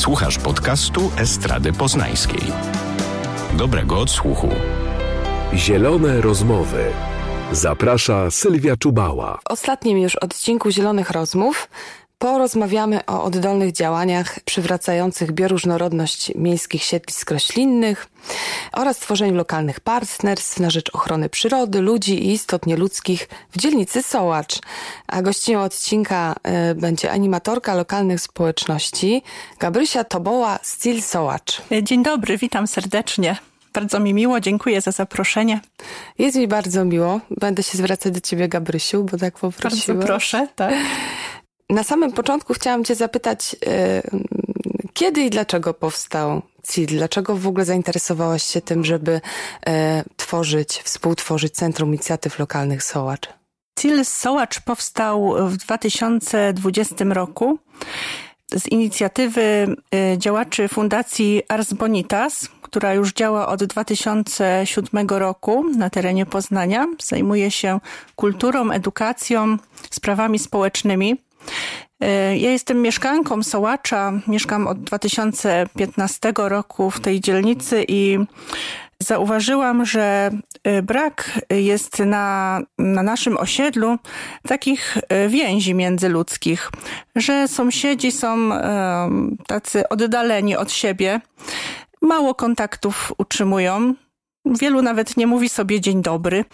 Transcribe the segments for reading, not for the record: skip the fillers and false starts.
Słuchasz podcastu Estrady Poznańskiej. Dobrego odsłuchu. Zielone rozmowy. Zaprasza Sylwia Czubała. W ostatnim już odcinku Zielonych Rozmów porozmawiamy o oddolnych działaniach przywracających bioróżnorodność miejskich siedlisk roślinnych oraz tworzeniu lokalnych partnerstw na rzecz ochrony przyrody, ludzi i istot nieludzkich w dzielnicy Sołacz. A gościnią odcinka będzie animatorka lokalnych społeczności Gabrysia Toboła z CIL Sołacz. Dzień dobry, witam serdecznie. Bardzo mi miło, dziękuję za zaproszenie. Jest mi bardzo miło. Będę się zwracać do ciebie, Gabrysiu, bo tak poprosiłaś. Bardzo proszę, tak. Na samym początku chciałam cię zapytać, kiedy i dlaczego powstał CIL? Dlaczego w ogóle zainteresowałaś się tym, żeby współtworzyć Centrum Inicjatyw Lokalnych Sołacz? CIL Sołacz powstał w 2020 roku z inicjatywy działaczy Fundacji Ars Bonitas, która już działa od 2007 roku na terenie Poznania. Zajmuje się kulturą, edukacją, sprawami społecznymi. Ja jestem mieszkanką Sołacza, mieszkam od 2015 roku w tej dzielnicy i zauważyłam, że brak jest na naszym osiedlu takich więzi międzyludzkich, że sąsiedzi są tacy oddaleni od siebie, mało kontaktów utrzymują, wielu nawet nie mówi sobie dzień dobry.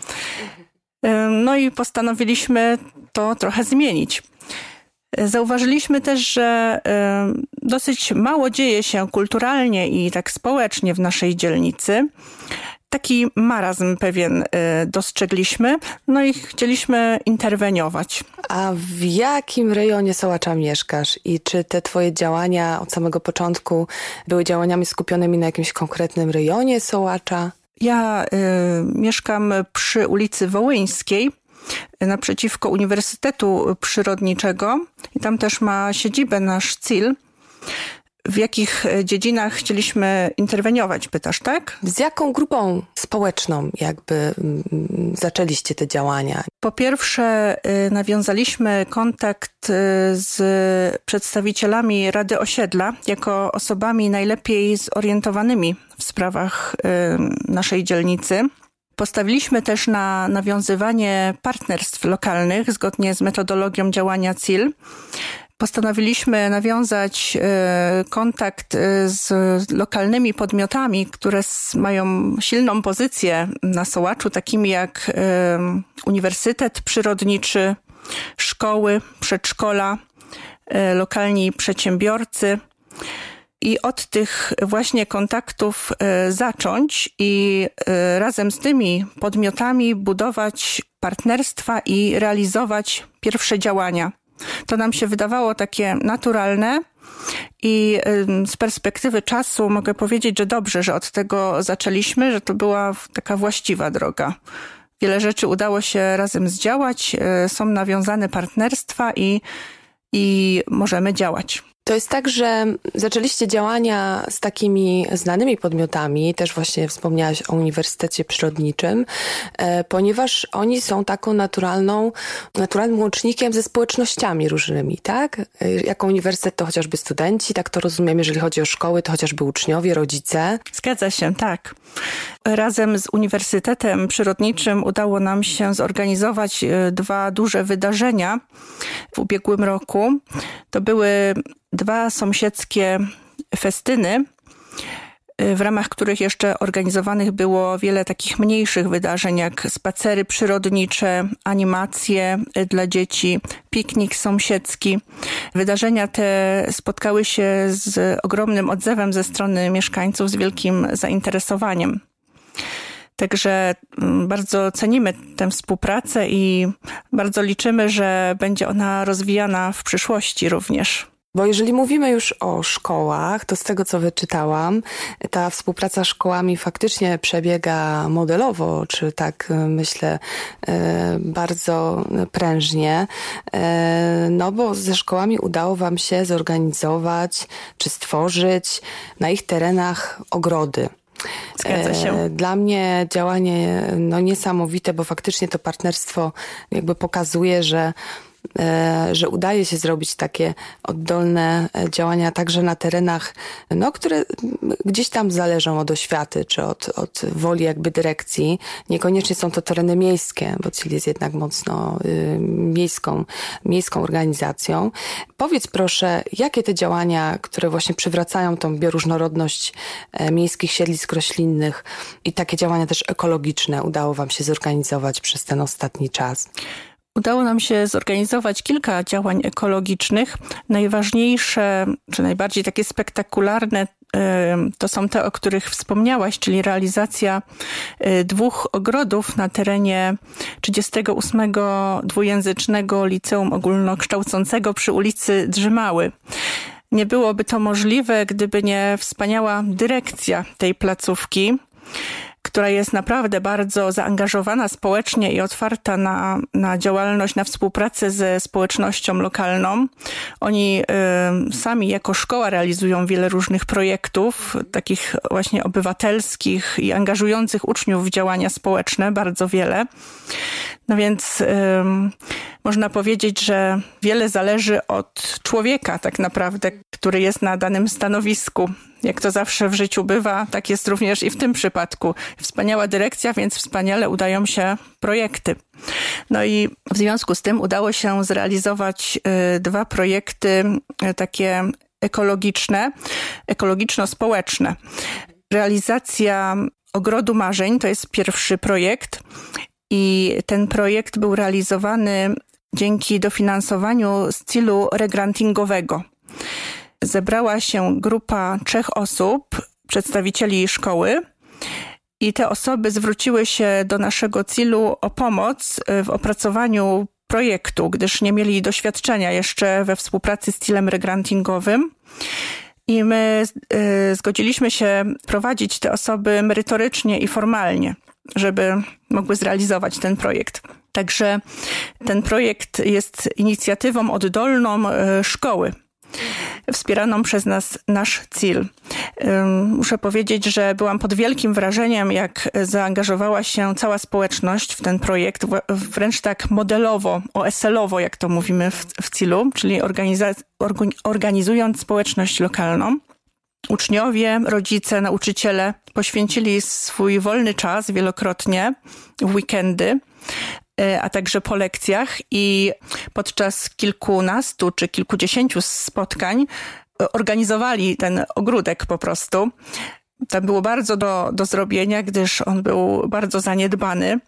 No i postanowiliśmy to trochę zmienić. Zauważyliśmy też, że dosyć mało dzieje się kulturalnie i tak społecznie w naszej dzielnicy. Taki marazm pewien dostrzegliśmy, no i chcieliśmy interweniować. A w jakim rejonie Sołacza mieszkasz i czy te twoje działania od samego początku były działaniami skupionymi na jakimś konkretnym rejonie Sołacza? Ja mieszkam przy ulicy Wołyńskiej, naprzeciwko Uniwersytetu Przyrodniczego i tam też ma siedzibę nasz CIL. W jakich dziedzinach chcieliśmy interweniować, pytasz, tak? Z jaką grupą społeczną jakby zaczęliście te działania? Po pierwsze nawiązaliśmy kontakt z przedstawicielami Rady Osiedla jako osobami najlepiej zorientowanymi w sprawach naszej dzielnicy. Postawiliśmy też na nawiązywanie partnerstw lokalnych zgodnie z metodologią działania CIL. Postanowiliśmy nawiązać kontakt z lokalnymi podmiotami, które mają silną pozycję na Sołaczu, takimi jak Uniwersytet Przyrodniczy, szkoły, przedszkola, lokalni przedsiębiorcy. I od tych właśnie kontaktów zacząć i razem z tymi podmiotami budować partnerstwa i realizować pierwsze działania. To nam się wydawało takie naturalne i z perspektywy czasu mogę powiedzieć, że dobrze, że od tego zaczęliśmy, że to była taka właściwa droga. Wiele rzeczy udało się razem zdziałać, są nawiązane partnerstwa i możemy działać. To jest tak, że zaczęliście działania z takimi znanymi podmiotami, też właśnie wspomniałaś o Uniwersytecie Przyrodniczym, ponieważ oni są taką naturalnym łącznikiem ze społecznościami różnymi, tak? Jako uniwersytet to chociażby studenci, tak to rozumiem, jeżeli chodzi o szkoły, to chociażby uczniowie, rodzice. Zgadza się, tak. Razem z Uniwersytetem Przyrodniczym udało nam się zorganizować 2 duże wydarzenia w ubiegłym roku. To były 2 sąsiedzkie festyny, w ramach których jeszcze organizowanych było wiele takich mniejszych wydarzeń, jak spacery przyrodnicze, animacje dla dzieci, piknik sąsiedzki. Wydarzenia te spotkały się z ogromnym odzewem ze strony mieszkańców, z wielkim zainteresowaniem. Także bardzo cenimy tę współpracę i bardzo liczymy, że będzie ona rozwijana w przyszłości również. Bo jeżeli mówimy już o szkołach, to z tego, co wyczytałam, ta współpraca z szkołami faktycznie przebiega modelowo, czy tak myślę, bardzo prężnie, no bo ze szkołami udało wam się zorganizować, czy stworzyć na ich terenach ogrody. Zgadza się. Dla mnie działanie niesamowite, bo faktycznie to partnerstwo jakby pokazuje, że że udaje się zrobić takie oddolne działania także na terenach, które gdzieś tam zależą od oświaty, czy od woli jakby dyrekcji. Niekoniecznie są to tereny miejskie, bo CIL jest jednak mocno miejską organizacją. Powiedz proszę, jakie te działania, które właśnie przywracają tą bioróżnorodność miejskich siedlisk roślinnych i takie działania też ekologiczne udało wam się zorganizować przez ten ostatni czas? Udało nam się zorganizować kilka działań ekologicznych. Najważniejsze, czy najbardziej takie spektakularne, to są te, o których wspomniałaś, czyli realizacja 2 ogrodów na terenie 38. dwujęzycznego Liceum Ogólnokształcącego przy ulicy Drzymały. Nie byłoby to możliwe, gdyby nie wspaniała dyrekcja tej placówki, która jest naprawdę bardzo zaangażowana społecznie i otwarta na działalność, na współpracę ze społecznością lokalną. Oni sami jako szkoła realizują wiele różnych projektów, takich właśnie obywatelskich i angażujących uczniów w działania społeczne, bardzo wiele. No więc można powiedzieć, że wiele zależy od człowieka tak naprawdę, który jest na danym stanowisku. Jak to zawsze w życiu bywa, tak jest również i w tym przypadku. Wspaniała dyrekcja, więc wspaniale udają się projekty. No i w związku z tym udało się zrealizować 2 projekty takie ekologiczno-społeczne. Realizacja Ogrodu Marzeń to jest pierwszy projekt i ten projekt był realizowany dzięki dofinansowaniu z CIL-u regrantingowego. Zebrała się grupa 3 osób, przedstawicieli szkoły i te osoby zwróciły się do naszego CIL-u o pomoc w opracowaniu projektu, gdyż nie mieli doświadczenia jeszcze we współpracy z CIL-em regrantingowym. I my zgodziliśmy się prowadzić te osoby merytorycznie i formalnie, żeby mogły zrealizować ten projekt. Także ten projekt jest inicjatywą oddolną szkoły, wspieraną przez nasz CIL. Muszę powiedzieć, że byłam pod wielkim wrażeniem, jak zaangażowała się cała społeczność w ten projekt, wręcz tak modelowo, OSL-owo, jak to mówimy w CIL-u, czyli organizując społeczność lokalną. Uczniowie, rodzice, nauczyciele poświęcili swój wolny czas wielokrotnie w weekendy, a także po lekcjach i podczas kilkunastu czy kilkudziesięciu spotkań organizowali ten ogródek po prostu. Tam było bardzo do zrobienia, gdyż on był bardzo zaniedbany.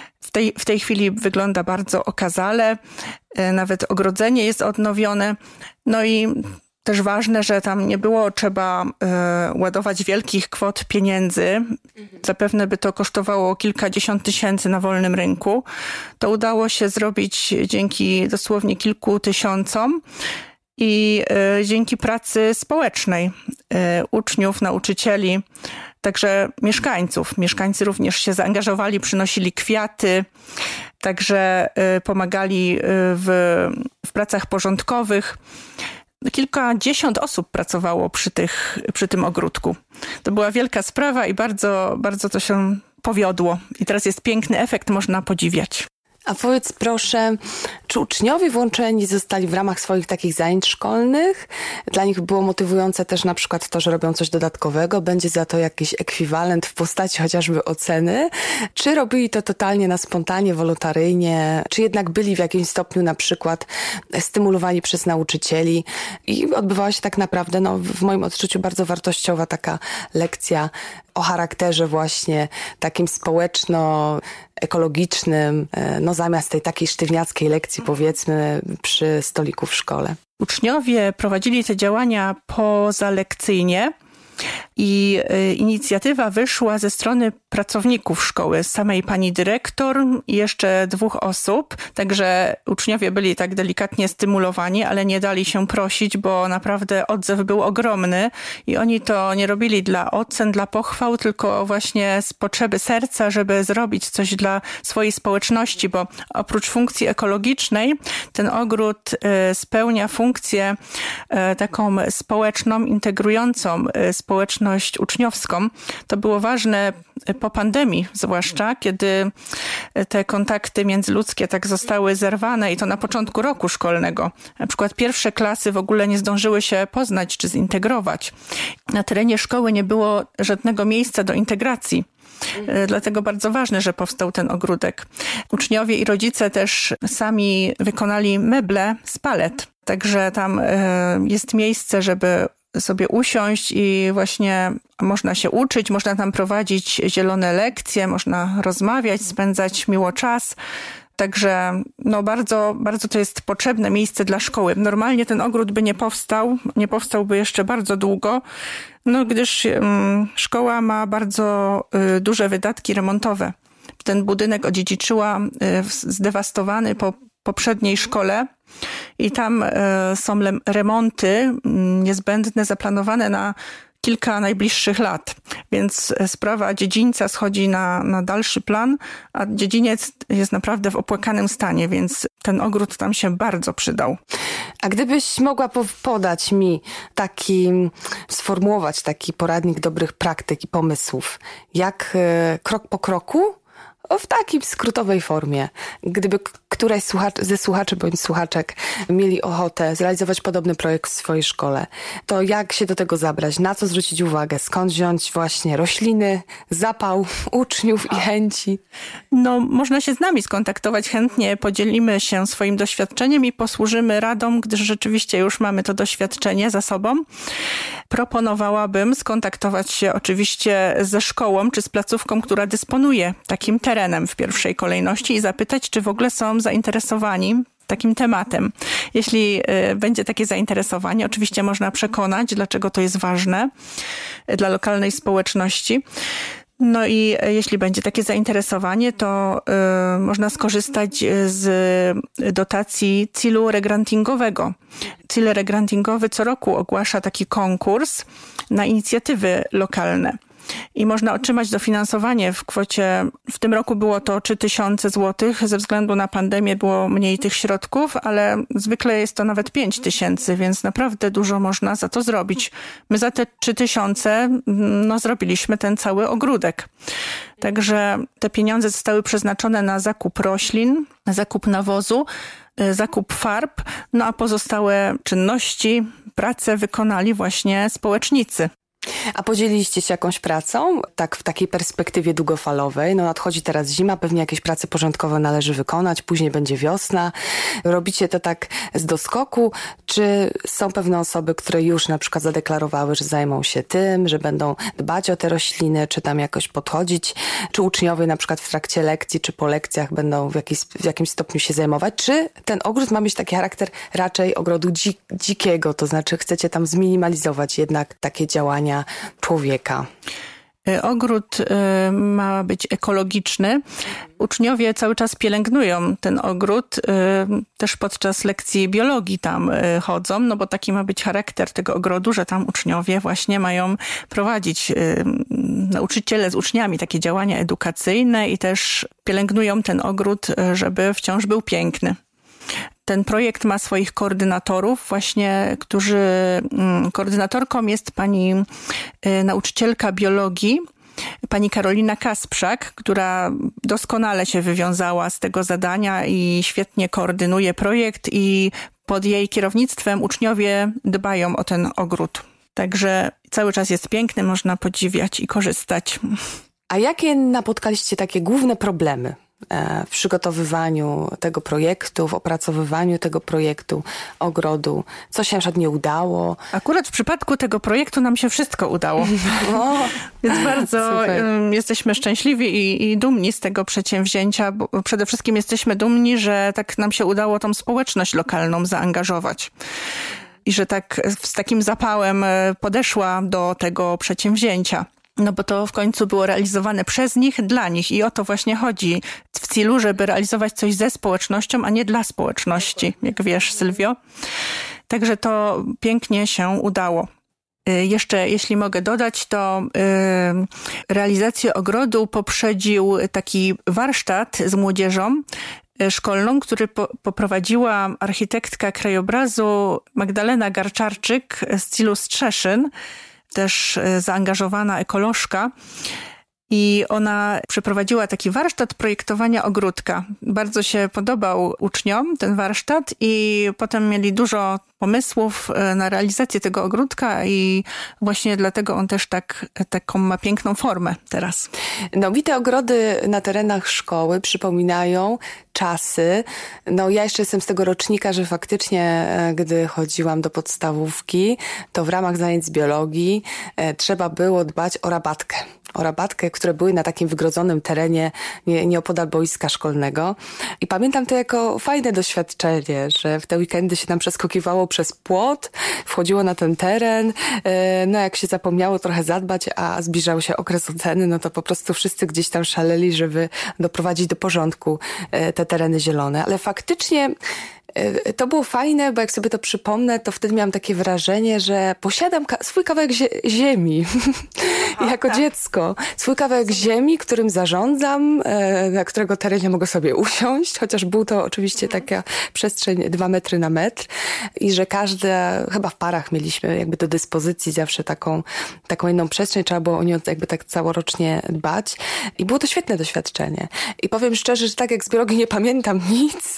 W tej chwili wygląda bardzo okazale, nawet ogrodzenie jest odnowione. No i też ważne, że tam nie było trzeba ładować wielkich kwot pieniędzy. Zapewne by to kosztowało kilkadziesiąt tysięcy na wolnym rynku. To udało się zrobić dzięki dosłownie kilku tysiącom i dzięki pracy społecznej uczniów, nauczycieli, także mieszkańców. Mieszkańcy również się zaangażowali, przynosili kwiaty, także pomagali w pracach porządkowych. Kilkadziesiąt osób pracowało przy tym ogródku. To była wielka sprawa i bardzo, bardzo to się powiodło. I teraz jest piękny efekt, można podziwiać. A powiedz proszę, czy uczniowie włączeni zostali w ramach swoich takich zajęć szkolnych? Dla nich było motywujące też na przykład to, że robią coś dodatkowego, będzie za to jakiś ekwiwalent w postaci chociażby oceny? Czy robili to totalnie na spontanie, wolontaryjnie? Czy jednak byli w jakimś stopniu na przykład stymulowani przez nauczycieli? I odbywała się tak naprawdę, w moim odczuciu bardzo wartościowa taka lekcja o charakterze właśnie takim społeczno-ekologicznym, zamiast tej takiej sztywniackiej lekcji, powiedzmy, przy stoliku w szkole. Uczniowie prowadzili te działania pozalekcyjnie i inicjatywa wyszła ze strony pracowników szkoły, samej pani dyrektor i jeszcze 2 osób. Także uczniowie byli tak delikatnie stymulowani, ale nie dali się prosić, bo naprawdę odzew był ogromny i oni to nie robili dla ocen, dla pochwał, tylko właśnie z potrzeby serca, żeby zrobić coś dla swojej społeczności, bo oprócz funkcji ekologicznej ten ogród spełnia funkcję taką społeczną, integrującą społeczność uczniowską. To było ważne po pandemii, zwłaszcza kiedy te kontakty międzyludzkie tak zostały zerwane i to na początku roku szkolnego. Na przykład pierwsze klasy w ogóle nie zdążyły się poznać czy zintegrować. Na terenie szkoły nie było żadnego miejsca do integracji. Dlatego bardzo ważne, że powstał ten ogródek. Uczniowie i rodzice też sami wykonali meble z palet. Także tam jest miejsce, żeby sobie usiąść i właśnie można się uczyć, można tam prowadzić zielone lekcje, można rozmawiać, spędzać miło czas. Także bardzo, bardzo to jest potrzebne miejsce dla szkoły. Normalnie ten ogród by nie powstałby jeszcze bardzo długo, gdyż szkoła ma bardzo duże wydatki remontowe. Ten budynek odziedziczyła zdewastowany po poprzedniej szkole i tam są remonty niezbędne, zaplanowane na kilka najbliższych lat, więc sprawa dziedzińca schodzi na dalszy plan, a dziedziniec jest naprawdę w opłakanym stanie, więc ten ogród tam się bardzo przydał. A gdybyś mogła podać mi sformułować taki poradnik dobrych praktyk i pomysłów, jak krok po kroku, w takiej skrótowej formie, gdyby któraś ze słuchaczy bądź słuchaczek mieli ochotę zrealizować podobny projekt w swojej szkole, to jak się do tego zabrać? Na co zwrócić uwagę? Skąd wziąć właśnie rośliny, zapał uczniów i chęci? Można się z nami skontaktować chętnie, podzielimy się swoim doświadczeniem i posłużymy radą, gdyż rzeczywiście już mamy to doświadczenie za sobą. Proponowałabym skontaktować się oczywiście ze szkołą czy z placówką, która dysponuje takim terenem w pierwszej kolejności i zapytać, czy w ogóle są zainteresowani takim tematem. Jeśli będzie takie zainteresowanie, oczywiście można przekonać, dlaczego to jest ważne dla lokalnej społeczności. I jeśli będzie takie zainteresowanie, to można skorzystać z dotacji CIL-u regrantingowego. CIL regrantingowy co roku ogłasza taki konkurs na inicjatywy lokalne. I można otrzymać dofinansowanie w kwocie, w tym roku było to 3000 zł, ze względu na pandemię było mniej tych środków, ale zwykle jest to nawet 5000, więc naprawdę dużo można za to zrobić. My za te 3000 zrobiliśmy ten cały ogródek. Także te pieniądze zostały przeznaczone na zakup roślin, zakup nawozu, zakup farb, a pozostałe czynności, prace wykonali właśnie społecznicy. A podzieliliście się jakąś pracą, tak w takiej perspektywie długofalowej? Nadchodzi teraz zima, pewnie jakieś prace porządkowe należy wykonać, później będzie wiosna. Robicie to tak z doskoku, czy są pewne osoby, które już na przykład zadeklarowały, że zajmą się tym, że będą dbać o te rośliny, czy tam jakoś podchodzić, czy uczniowie na przykład w trakcie lekcji, czy po lekcjach będą w jakimś stopniu się zajmować, czy ten ogród ma mieć taki charakter raczej ogrodu dzikiego, to znaczy chcecie tam zminimalizować jednak takie działania człowieka? Ogród ma być ekologiczny. Uczniowie cały czas pielęgnują ten ogród. Też podczas lekcji biologii tam chodzą, bo taki ma być charakter tego ogrodu, że tam uczniowie właśnie mają prowadzić, nauczyciele z uczniami, takie działania edukacyjne i też pielęgnują ten ogród, żeby wciąż był piękny. Ten projekt ma swoich koordynatorów właśnie, koordynatorką jest pani nauczycielka biologii, pani Karolina Kasprzak, która doskonale się wywiązała z tego zadania i świetnie koordynuje projekt i pod jej kierownictwem uczniowie dbają o ten ogród. Także cały czas jest piękny, można podziwiać i korzystać. A jakie napotkaliście takie główne problemy w przygotowywaniu tego projektu, w opracowywaniu tego projektu ogrodu? Co się na przykład nie udało? Akurat w przypadku tego projektu nam się wszystko udało. Więc bardzo jesteśmy szczęśliwi i dumni z tego przedsięwzięcia, bo przede wszystkim jesteśmy dumni, że tak nam się udało tą społeczność lokalną zaangażować. I że tak z takim zapałem podeszła do tego przedsięwzięcia. Bo to w końcu było realizowane przez nich, dla nich. I o to właśnie chodzi w CIL-u, żeby realizować coś ze społecznością, a nie dla społeczności, jak wiesz, Sylwio. Także to pięknie się udało. Jeszcze, jeśli mogę dodać, to realizację ogrodu poprzedził taki warsztat z młodzieżą szkolną, który poprowadziła architektka krajobrazu Magdalena Garczarczyk z CIL-u Strzeszyn. też zaangażowana ekolożka. I ona przeprowadziła taki warsztat projektowania ogródka. Bardzo się podobał uczniom ten warsztat i potem mieli dużo pomysłów na realizację tego ogródka i właśnie dlatego on też taką ma piękną formę teraz. No mi te ogrody na terenach szkoły przypominają czasy. No ja jeszcze jestem z tego rocznika, że faktycznie gdy chodziłam do podstawówki, to w ramach zajęć z biologii trzeba było dbać o rabatkę, które były na takim wygrodzonym terenie nieopodal boiska szkolnego. I pamiętam to jako fajne doświadczenie, że w te weekendy się nam przeskakiwało przez płot, wchodziło na ten teren, no jak się zapomniało trochę zadbać, a zbliżał się okres oceny, no to po prostu wszyscy gdzieś tam szaleli, żeby doprowadzić do porządku te tereny zielone. Ale faktycznie to było fajne, bo jak sobie to przypomnę, to wtedy miałam takie wrażenie, że posiadam swój kawałek ziemi jako dziecko. Swój kawałek ziemi, którym zarządzam, na którego terenie mogę sobie usiąść, chociaż był to oczywiście taka przestrzeń 2 metry na metr i że chyba w parach mieliśmy jakby do dyspozycji zawsze taką jedną przestrzeń, trzeba było o nią jakby tak całorocznie dbać i było to świetne doświadczenie. I powiem szczerze, że tak jak z biologii nie pamiętam nic,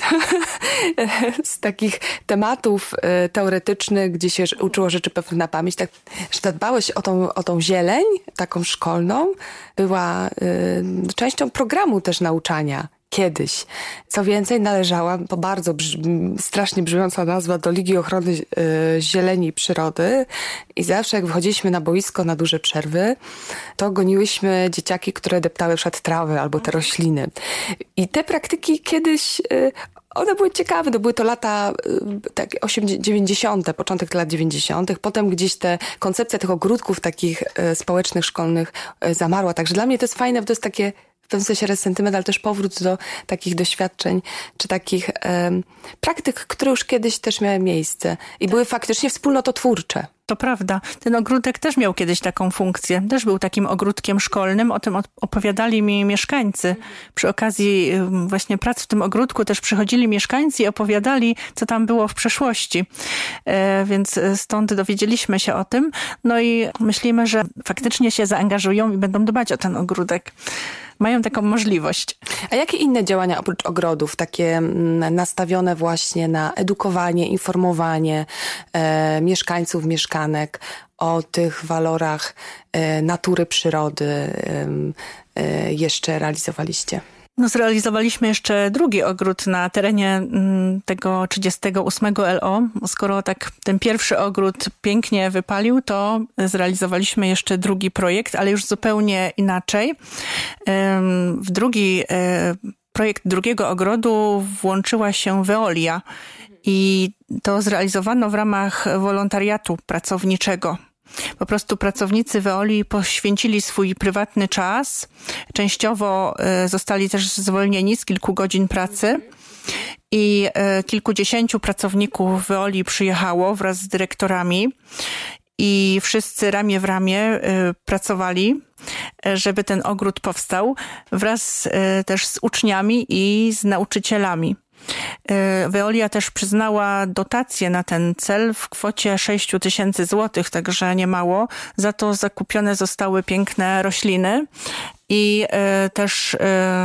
z takich tematów teoretycznych, gdzie się uczyło rzeczy pewnych na pamięć, tak, że zadbałeś o tą zieleń, taką szkolną, była częścią programu też nauczania kiedyś. Co więcej, należałam, to bardzo strasznie brzmiąca nazwa, do Ligi Ochrony Zieleni i Przyrody i zawsze jak wychodziliśmy na boisko na duże przerwy, to goniłyśmy dzieciaki, które deptały na przykład trawy albo te rośliny. I te praktyki kiedyś one były ciekawe, to były to lata 90., początek lat 90. Potem gdzieś koncepcja tych ogródków takich społecznych, szkolnych zamarła. Także dla mnie to jest fajne, bo to jest takie w pewnym sensie sentyment, ale też powrót do takich doświadczeń, czy takich praktyk, które już kiedyś też miały miejsce i były faktycznie wspólnototwórcze. To prawda. Ten ogródek też miał kiedyś taką funkcję. Też był takim ogródkiem szkolnym. O tym opowiadali mi mieszkańcy. Przy okazji właśnie prac w tym ogródku też przychodzili mieszkańcy i opowiadali, co tam było w przeszłości. Więc stąd dowiedzieliśmy się o tym. No i myślimy, że faktycznie się zaangażują i będą dbać o ten ogródek. Mają taką możliwość. A jakie inne działania oprócz ogrodów, takie nastawione właśnie na edukowanie, informowanie mieszkańców, mieszkanek o tych walorach natury, przyrody jeszcze realizowaliście? No, zrealizowaliśmy jeszcze drugi ogród na terenie tego 38 LO. Skoro tak ten pierwszy ogród pięknie wypalił, to zrealizowaliśmy jeszcze drugi projekt, ale już zupełnie inaczej. W projekt drugiego ogrodu włączyła się Veolia i to zrealizowano w ramach wolontariatu pracowniczego. Po prostu pracownicy Veolii poświęcili swój prywatny czas. Częściowo zostali też zwolnieni z kilku godzin pracy i kilkudziesięciu pracowników Veolii przyjechało wraz z dyrektorami i wszyscy ramię w ramię pracowali, żeby ten ogród powstał wraz też z uczniami i z nauczycielami. Veolia też przyznała dotację na ten cel w kwocie 6 000 złotych, także nie mało. Za to zakupione zostały piękne rośliny i też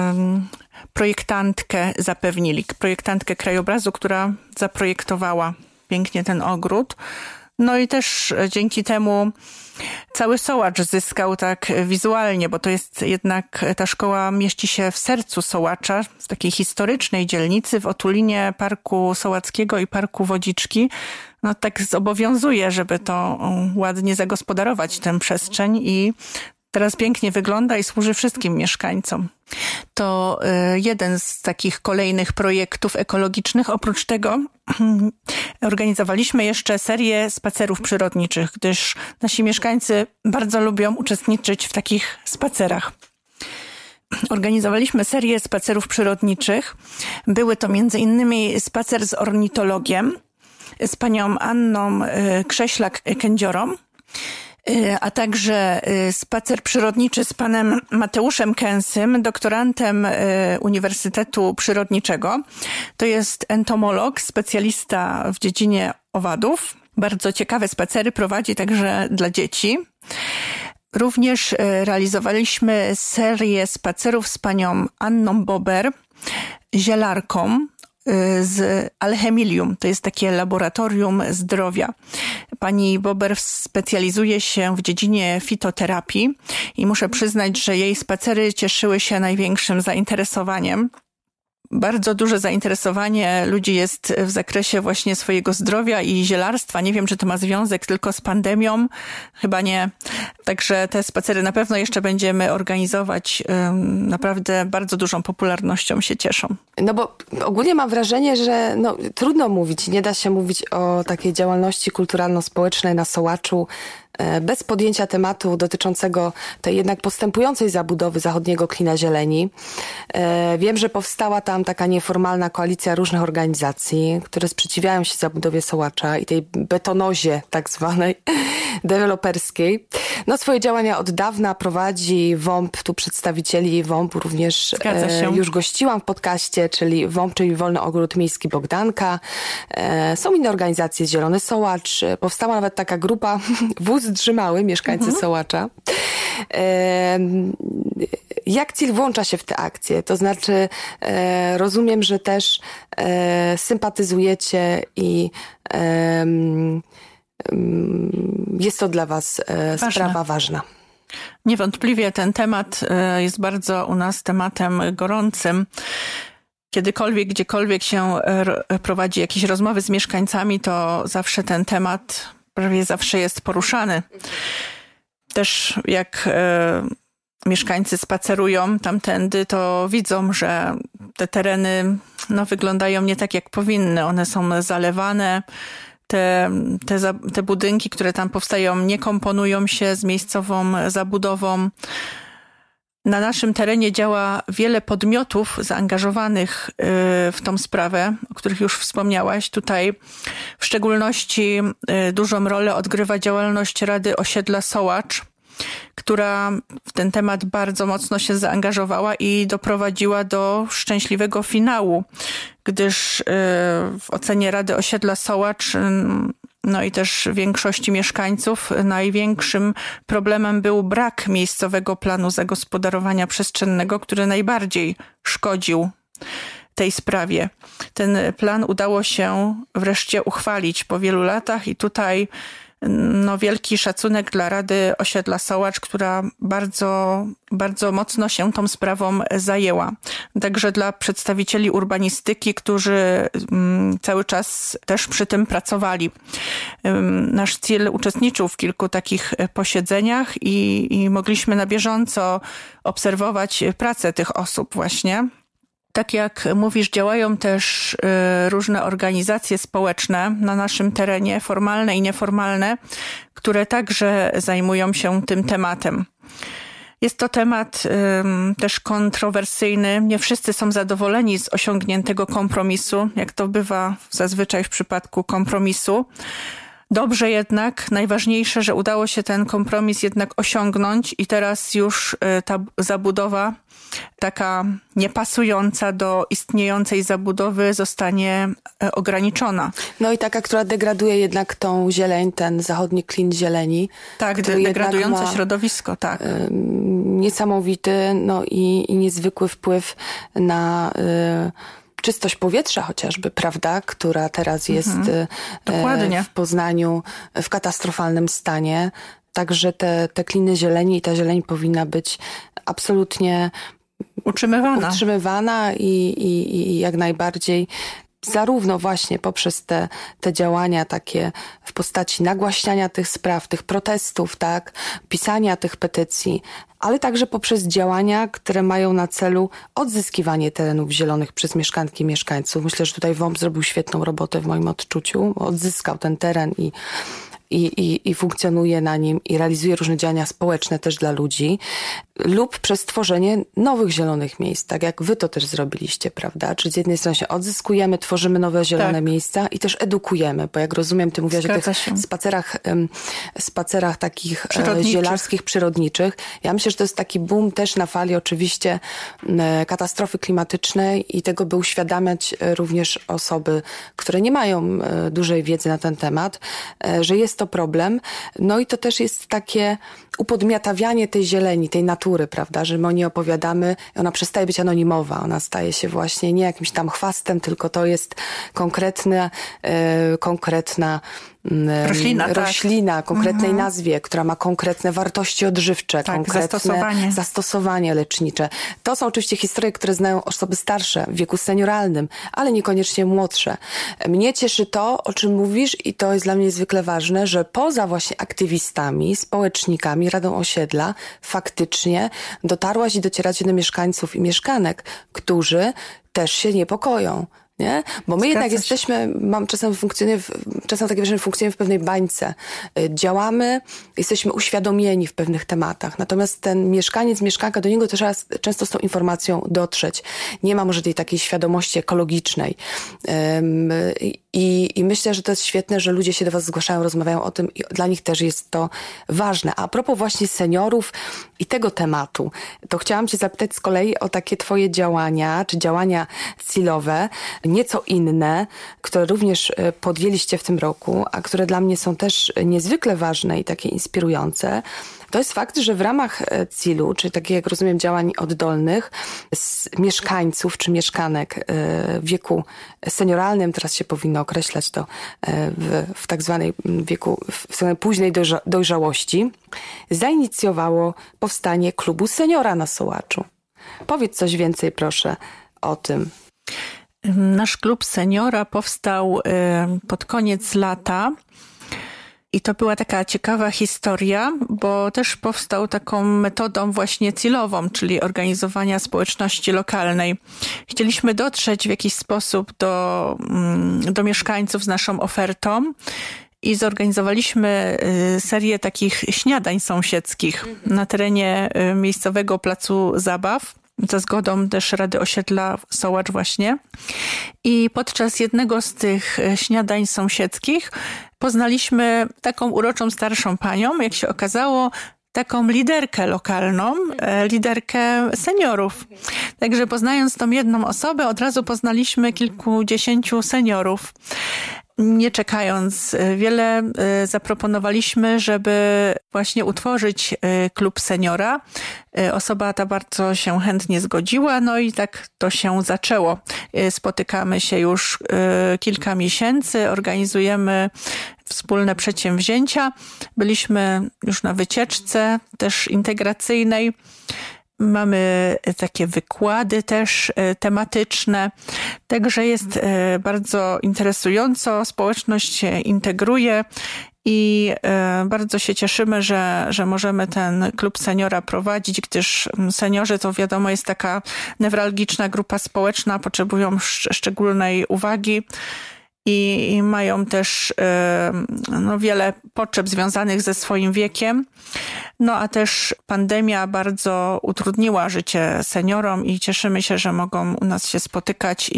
projektantkę zapewnili. Projektantkę krajobrazu, która zaprojektowała pięknie ten ogród. No i też dzięki temu cały Sołacz zyskał tak wizualnie, bo to jest jednak, ta szkoła mieści się w sercu Sołacza, w takiej historycznej dzielnicy, w otulinie Parku Sołackiego i Parku Wodziczki. No tak zobowiązuje, żeby to ładnie zagospodarować tę przestrzeń i teraz pięknie wygląda i służy wszystkim mieszkańcom. To jeden z takich kolejnych projektów ekologicznych. Oprócz tego organizowaliśmy jeszcze serię spacerów przyrodniczych, gdyż nasi mieszkańcy bardzo lubią uczestniczyć w takich spacerach. Organizowaliśmy serię spacerów przyrodniczych. Były to m.in. spacer z ornitologiem, z panią Anną Krześlak-Kędziorą, a także spacer przyrodniczy z panem Mateuszem Kęsym, doktorantem Uniwersytetu Przyrodniczego. To jest entomolog, specjalista w dziedzinie owadów. Bardzo ciekawe spacery prowadzi także dla dzieci. Również realizowaliśmy serię spacerów z panią Anną Bober, zielarką z Alchemilium. To jest takie laboratorium zdrowia. Pani Bober specjalizuje się w dziedzinie fitoterapii i muszę przyznać, że jej spacery cieszyły się największym zainteresowaniem. Bardzo duże zainteresowanie ludzi jest w zakresie właśnie swojego zdrowia i zielarstwa. Nie wiem, czy to ma związek tylko z pandemią. Chyba nie. Także te spacery na pewno jeszcze będziemy organizować. Naprawdę bardzo dużą popularnością się cieszą. No bo ogólnie mam wrażenie, że trudno mówić, nie da się mówić o takiej działalności kulturalno-społecznej na Sołaczu bez podjęcia tematu dotyczącego tej jednak postępującej zabudowy zachodniego klina zieleni. Wiem, że powstała tam taka nieformalna koalicja różnych organizacji, które sprzeciwiają się zabudowie Sołacza i tej betonozie tak zwanej deweloperskiej. Swoje działania od dawna prowadzi WOMP, tu przedstawicieli WOMP-u również już gościłam w podcaście, czyli WOMP, czyli Wolny Ogród Miejski Bogdanka. Są inne organizacje, Zielony Sołacz. Powstała nawet taka grupa Wóz Drzymały, mieszkańcy Sołacza. Jak CIL włącza się w te akcje? To znaczy rozumiem, że też sympatyzujecie i jest to dla was sprawa ważna. Niewątpliwie ten temat jest bardzo u nas tematem gorącym. Kiedykolwiek, gdziekolwiek się prowadzi jakieś rozmowy z mieszkańcami, to zawsze ten temat prawie zawsze jest poruszany. Też jak mieszkańcy spacerują tamtędy, to widzą, że te tereny wyglądają nie tak, jak powinny. One są zalewane. Te budynki, które tam powstają, nie komponują się z miejscową zabudową. Na naszym terenie działa wiele podmiotów zaangażowanych w tą sprawę, o których już wspomniałaś. Tutaj w szczególności dużą rolę odgrywa działalność Rady Osiedla Sołacz, która w ten temat bardzo mocno się zaangażowała i doprowadziła do szczęśliwego finału, gdyż w ocenie Rady Osiedla Sołacz i też większości mieszkańców największym problemem był brak miejscowego planu zagospodarowania przestrzennego, który najbardziej szkodził tej sprawie. Ten plan udało się wreszcie uchwalić po wielu latach i tutaj wielki szacunek dla Rady Osiedla Sołacz, która bardzo, bardzo mocno się tą sprawą zajęła. Także dla przedstawicieli urbanistyki, którzy cały czas też przy tym pracowali. Nasz CIL uczestniczył w kilku takich posiedzeniach i mogliśmy na bieżąco obserwować pracę tych osób właśnie. Tak jak mówisz, działają też różne organizacje społeczne na naszym terenie, formalne i nieformalne, które także zajmują się tym tematem. Jest to temat też kontrowersyjny. Nie wszyscy są zadowoleni z osiągniętego kompromisu, jak to bywa zazwyczaj w przypadku kompromisu. Dobrze jednak, najważniejsze, że udało się ten kompromis jednak osiągnąć i teraz już ta zabudowa, taka niepasująca do istniejącej zabudowy, zostanie ograniczona. I taka, która degraduje jednak tą zieleń, ten zachodni klin zieleni. Tak, degradujące środowisko, tak. Niesamowity, i niezwykły wpływ na czystość powietrza chociażby, prawda, która teraz jest Dokładnie. w Poznaniu w katastrofalnym stanie. Także te kliny zieleni i ta zieleń powinna być absolutnie utrzymywana i jak najbardziej zarówno właśnie poprzez te działania takie w postaci nagłaśniania tych spraw, tych protestów, tak, pisania tych petycji, ale także poprzez działania, które mają na celu odzyskiwanie terenów zielonych przez mieszkanki i mieszkańców. Myślę, że tutaj WOMP zrobił świetną robotę w moim odczuciu. Odzyskał ten teren i funkcjonuje na nim i realizuje różne działania społeczne też dla ludzi. lub przez tworzenie nowych zielonych miejsc, tak jak wy to też zrobiliście, prawda? Czyli z jednej strony się odzyskujemy, tworzymy nowe zielone miejsca i też edukujemy, bo jak rozumiem, ty mówiłaś o tych spacerach takich zielarskich, przyrodniczych. Ja myślę, że to jest taki boom też na fali oczywiście katastrofy klimatycznej i tego, by uświadamiać również osoby, które nie mają dużej wiedzy na ten temat, że jest to problem. No i to też jest takie upodmiotawianie tej zieleni, tej natury, prawda, że my o niej opowiadamy, ona przestaje być anonimowa, ona staje się właśnie nie jakimś tam chwastem, tylko to jest konkretna roślina, konkretnej nazwie, która ma konkretne wartości odżywcze, konkretne zastosowanie lecznicze. To są oczywiście historie, które znają osoby starsze, w wieku senioralnym, ale niekoniecznie młodsze. Mnie cieszy to, o czym mówisz i to jest dla mnie niezwykle ważne, że poza właśnie aktywistami, społecznikami, Radą Osiedla, faktycznie dotarłaś i docieracie do mieszkańców i mieszkanek, którzy też się niepokoją. Nie? Bo my jednak jesteśmy, czasem takie wrażenie, funkcjonujemy w pewnej bańce. Działamy, jesteśmy uświadomieni w pewnych tematach. Natomiast ten mieszkaniec, mieszkanka, do niego też często z tą informacją dotrzeć. Nie ma może tej takiej świadomości ekologicznej. I myślę, że to jest świetne, że ludzie się do was zgłaszają, rozmawiają o tym i dla nich też jest to ważne. A propos właśnie seniorów i tego tematu, to chciałam cię zapytać z kolei o takie twoje działania, czy działania CIL-owe, nieco inne, które również podjęliście w tym roku, a które dla mnie są też niezwykle ważne i takie inspirujące. To jest fakt, że w ramach CIL-u, czyli takich, jak rozumiem, działań oddolnych, z mieszkańców czy mieszkanek w wieku senioralnym, teraz się powinno określać to w tak zwanej wieku, w zwanej późnej dojrzałości, zainicjowało powstanie klubu seniora na Sołaczu. Powiedz coś więcej, proszę, o tym. Nasz klub seniora powstał pod koniec lata. I to była taka ciekawa historia, bo też powstał taką metodą właśnie CIL-ową, czyli organizowania społeczności lokalnej. Chcieliśmy dotrzeć w jakiś sposób do mieszkańców z naszą ofertą i zorganizowaliśmy serię takich śniadań sąsiedzkich na terenie miejscowego placu zabaw, za zgodą też Rady Osiedla Sołacz właśnie. I podczas jednego z tych śniadań sąsiedzkich poznaliśmy taką uroczą starszą panią, jak się okazało, taką liderkę lokalną, liderkę seniorów. Także poznając tą jedną osobę, od razu poznaliśmy kilkudziesięciu seniorów. Nie czekając wiele, zaproponowaliśmy, żeby właśnie utworzyć klub seniora. Osoba ta bardzo się chętnie zgodziła, no i tak to się zaczęło. Spotykamy się już kilka miesięcy, organizujemy wspólne przedsięwzięcia. Byliśmy już na wycieczce też integracyjnej. Mamy takie wykłady też tematyczne, także jest bardzo interesująco, społeczność się integruje i bardzo się cieszymy, że możemy ten klub seniora prowadzić, gdyż seniorzy to wiadomo jest taka newralgiczna grupa społeczna, potrzebują szczególnej uwagi. I mają też wiele potrzeb związanych ze swoim wiekiem. No a też pandemia bardzo utrudniła życie seniorom i cieszymy się, że mogą u nas się spotykać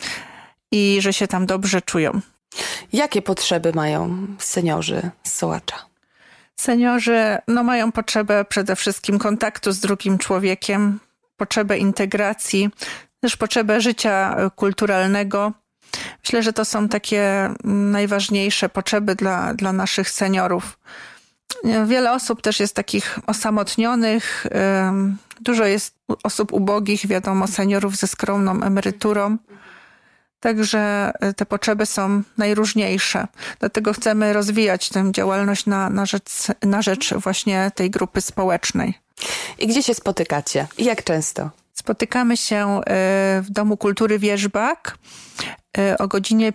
i że się tam dobrze czują. Jakie potrzeby mają seniorzy z Sołacza? Seniorzy mają potrzebę przede wszystkim kontaktu z drugim człowiekiem, potrzebę integracji, też potrzebę życia kulturalnego. Myślę, że to są takie najważniejsze potrzeby dla naszych seniorów. Wiele osób też jest takich osamotnionych, dużo jest osób ubogich, wiadomo, seniorów ze skromną emeryturą. Także te potrzeby są najróżniejsze. Dlatego chcemy rozwijać tę działalność na rzecz właśnie tej grupy społecznej. I gdzie się spotykacie? I jak często? Spotykamy się w Domu Kultury Wierzbak o godzinie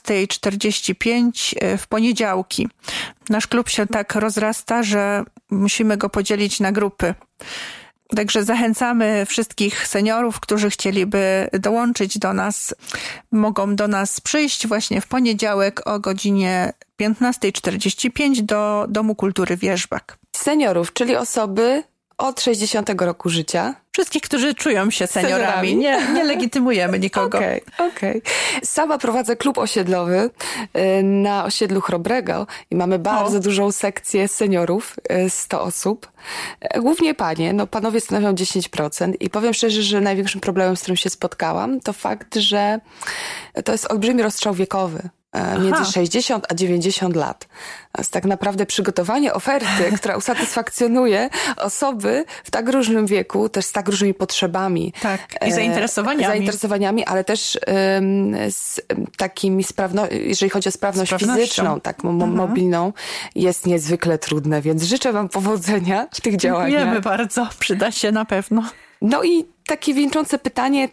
15:45 w poniedziałki. Nasz klub się tak rozrasta, że musimy go podzielić na grupy. Także zachęcamy wszystkich seniorów, którzy chcieliby dołączyć do nas. Mogą do nas przyjść właśnie w poniedziałek o godzinie 15:45 do Domu Kultury Wierzbak. Seniorów, czyli osoby od 60 roku życia. Wszystkich, którzy czują się seniorami. Nie legitymujemy nikogo. Okej. Sama prowadzę klub osiedlowy na osiedlu Chrobrego i mamy bardzo dużą sekcję seniorów, 100 osób. Głównie panie, panowie stanowią 10% i powiem szczerze, że największym problemem, z którym się spotkałam, to fakt, że to jest olbrzymi rozstrzał wiekowy. Między 60 a 90 lat. Więc tak naprawdę przygotowanie oferty, która usatysfakcjonuje osoby w tak różnym wieku, też z tak różnymi potrzebami. Tak, i zainteresowaniami. Ale też z takimi jeżeli chodzi o sprawność fizyczną, tak mobilną, jest niezwykle trudne, więc życzę wam powodzenia w tych działaniach. Dziękujemy bardzo, przyda się na pewno. No i takie wieńczące pytanie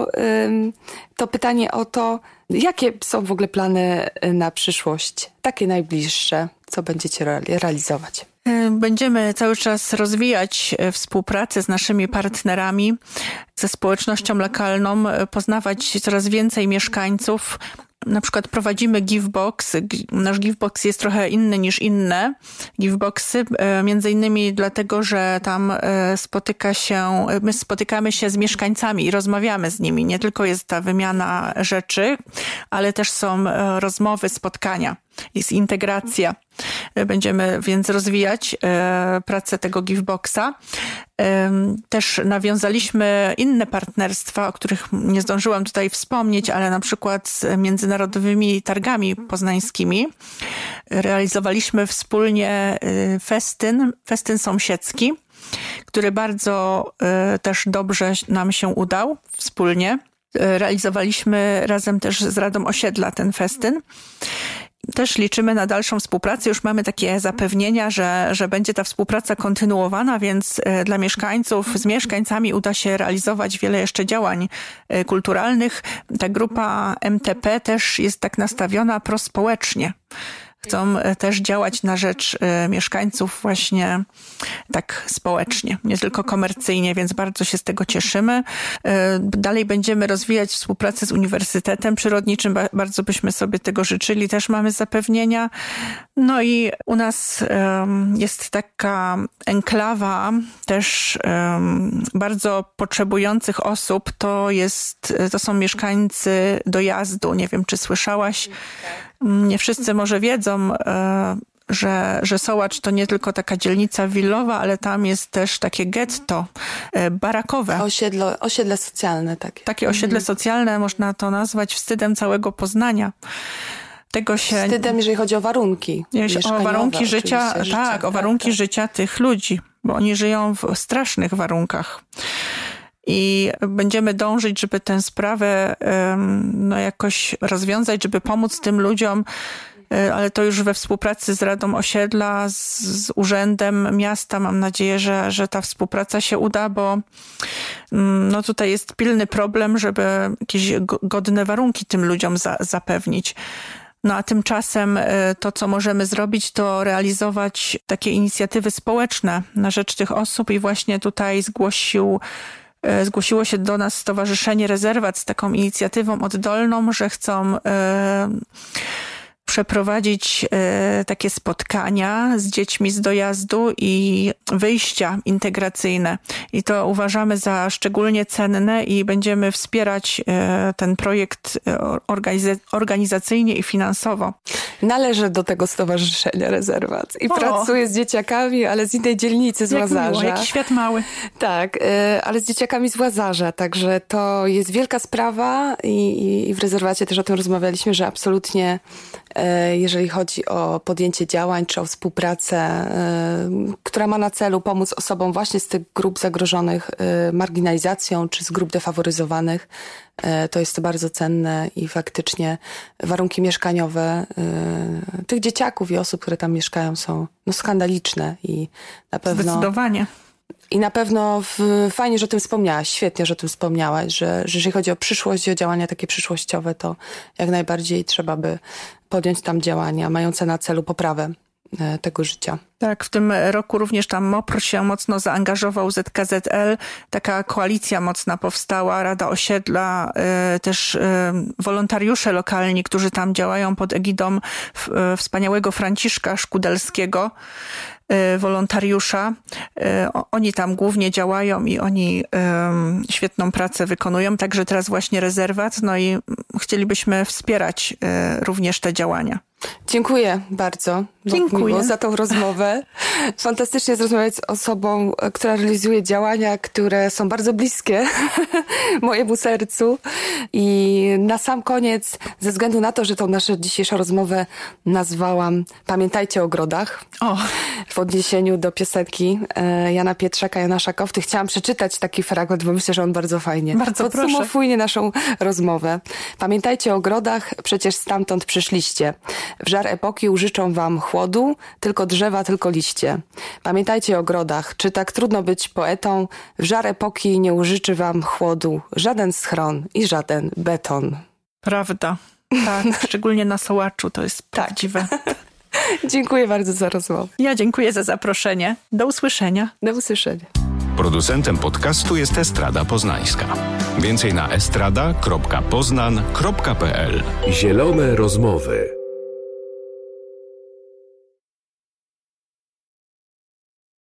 to pytanie o to, jakie są w ogóle plany na przyszłość, takie najbliższe, co będziecie realizować? Będziemy cały czas rozwijać współpracę z naszymi partnerami, ze społecznością lokalną, poznawać coraz więcej mieszkańców. Na przykład prowadzimy Givebox. Nasz Givebox jest trochę inny niż inne Giveboxy, między innymi dlatego, że tam my spotykamy się z mieszkańcami i rozmawiamy z nimi. Nie tylko jest ta wymiana rzeczy, ale też są rozmowy, spotkania. Jest integracja. Będziemy więc rozwijać pracę tego Giveboxa. Też nawiązaliśmy inne partnerstwa, o których nie zdążyłam tutaj wspomnieć, ale na przykład z międzynarodowymi targami poznańskimi. Realizowaliśmy wspólnie festyn sąsiedzki, który bardzo też dobrze nam się udał wspólnie. Realizowaliśmy razem też z Radą Osiedla ten festyn. Też liczymy na dalszą współpracę. Już mamy takie zapewnienia, że będzie ta współpraca kontynuowana, więc dla mieszkańców, z mieszkańcami uda się realizować wiele jeszcze działań kulturalnych. Ta grupa MTP też jest tak nastawiona prospołecznie. Chcą też działać na rzecz mieszkańców właśnie tak społecznie, nie tylko komercyjnie, więc bardzo się z tego cieszymy. Dalej będziemy rozwijać współpracę z Uniwersytetem Przyrodniczym, bardzo byśmy sobie tego życzyli, też mamy zapewnienia. No i u nas jest taka enklawa też bardzo potrzebujących osób, to są mieszkańcy Dojazdu, nie wiem czy słyszałaś. Nie wszyscy może wiedzą, że Sołacz to nie tylko taka dzielnica willowa, ale tam jest też takie getto barakowe. Osiedle socjalne takie. Takie osiedle socjalne, można to nazwać wstydem całego Poznania. Wstydem, jeżeli chodzi o warunki. O warunki życia, tak, o warunki życia tych ludzi, bo oni żyją w strasznych warunkach. I będziemy dążyć, żeby tę sprawę jakoś rozwiązać, żeby pomóc tym ludziom, ale to już we współpracy z Radą Osiedla, z Urzędem Miasta. Mam nadzieję, że ta współpraca się uda, bo tutaj jest pilny problem, żeby jakieś godne warunki tym ludziom zapewnić. No a tymczasem to, co możemy zrobić, to realizować takie inicjatywy społeczne na rzecz tych osób i właśnie tutaj zgłosiło się do nas Stowarzyszenie Rezerwat z taką inicjatywą oddolną, że chcą przeprowadzić takie spotkania z dziećmi z dojazdu i wyjścia integracyjne. I to uważamy za szczególnie cenne i będziemy wspierać ten projekt organizacyjnie i finansowo. Należę do tego Stowarzyszenia Rezerwat i pracuję z dzieciakami, ale z innej dzielnicy, z Łazarza. Jaki świat mały. Tak, ale z dzieciakami z Łazarza, także to jest wielka sprawa i w rezerwacie też o tym rozmawialiśmy, że absolutnie jeżeli chodzi o podjęcie działań czy o współpracę, która ma na celu pomóc osobom właśnie z tych grup zagrożonych marginalizacją czy z grup defaworyzowanych, to jest to bardzo cenne i faktycznie warunki mieszkaniowe tych dzieciaków i osób, które tam mieszkają, są skandaliczne i na pewno... Zdecydowanie. I na pewno fajnie, że o tym wspomniałaś, świetnie, że o tym wspomniałaś, że jeżeli chodzi o przyszłość, o działania takie przyszłościowe, to jak najbardziej trzeba by podjąć tam działania mające na celu poprawę tego życia. Tak, w tym roku również tam MOPR się mocno zaangażował, ZKZL, taka koalicja mocna powstała, Rada Osiedla, też wolontariusze lokalni, którzy tam działają pod egidą wspaniałego Franciszka Szkudelskiego, wolontariusza. Oni tam głównie działają i oni świetną pracę wykonują, także teraz właśnie rezerwat, no i chcielibyśmy wspierać również te działania. Dziękuję bardzo. Dziękuję za tą rozmowę. Fantastycznie jest rozmawiać z osobą, która realizuje działania, które są bardzo bliskie mojemu sercu. I na sam koniec, ze względu na to, że tą naszą dzisiejszą rozmowę nazwałam Pamiętajcie o ogrodach, w odniesieniu do piosenki Jana Pietrzaka, Janasza Kofty, chciałam przeczytać taki fragment, bo myślę, że on bardzo fajnie podsumowuje naszą rozmowę. Pamiętajcie o ogrodach, przecież stamtąd przyszliście. W żar epoki użyczą wam chłodu, tylko drzewa, tylko liście. Pamiętajcie o ogrodach, czy tak trudno być poetą? W żar epoki nie użyczy wam chłodu żaden schron i żaden beton. Prawda. Tak, szczególnie na Sołaczu to jest prawdziwe. Dziękuję bardzo za rozmowę. Ja dziękuję za zaproszenie. Do usłyszenia. Do usłyszenia. Producentem podcastu jest Estrada Poznańska. Więcej na estrada.poznan.pl. Zielone rozmowy.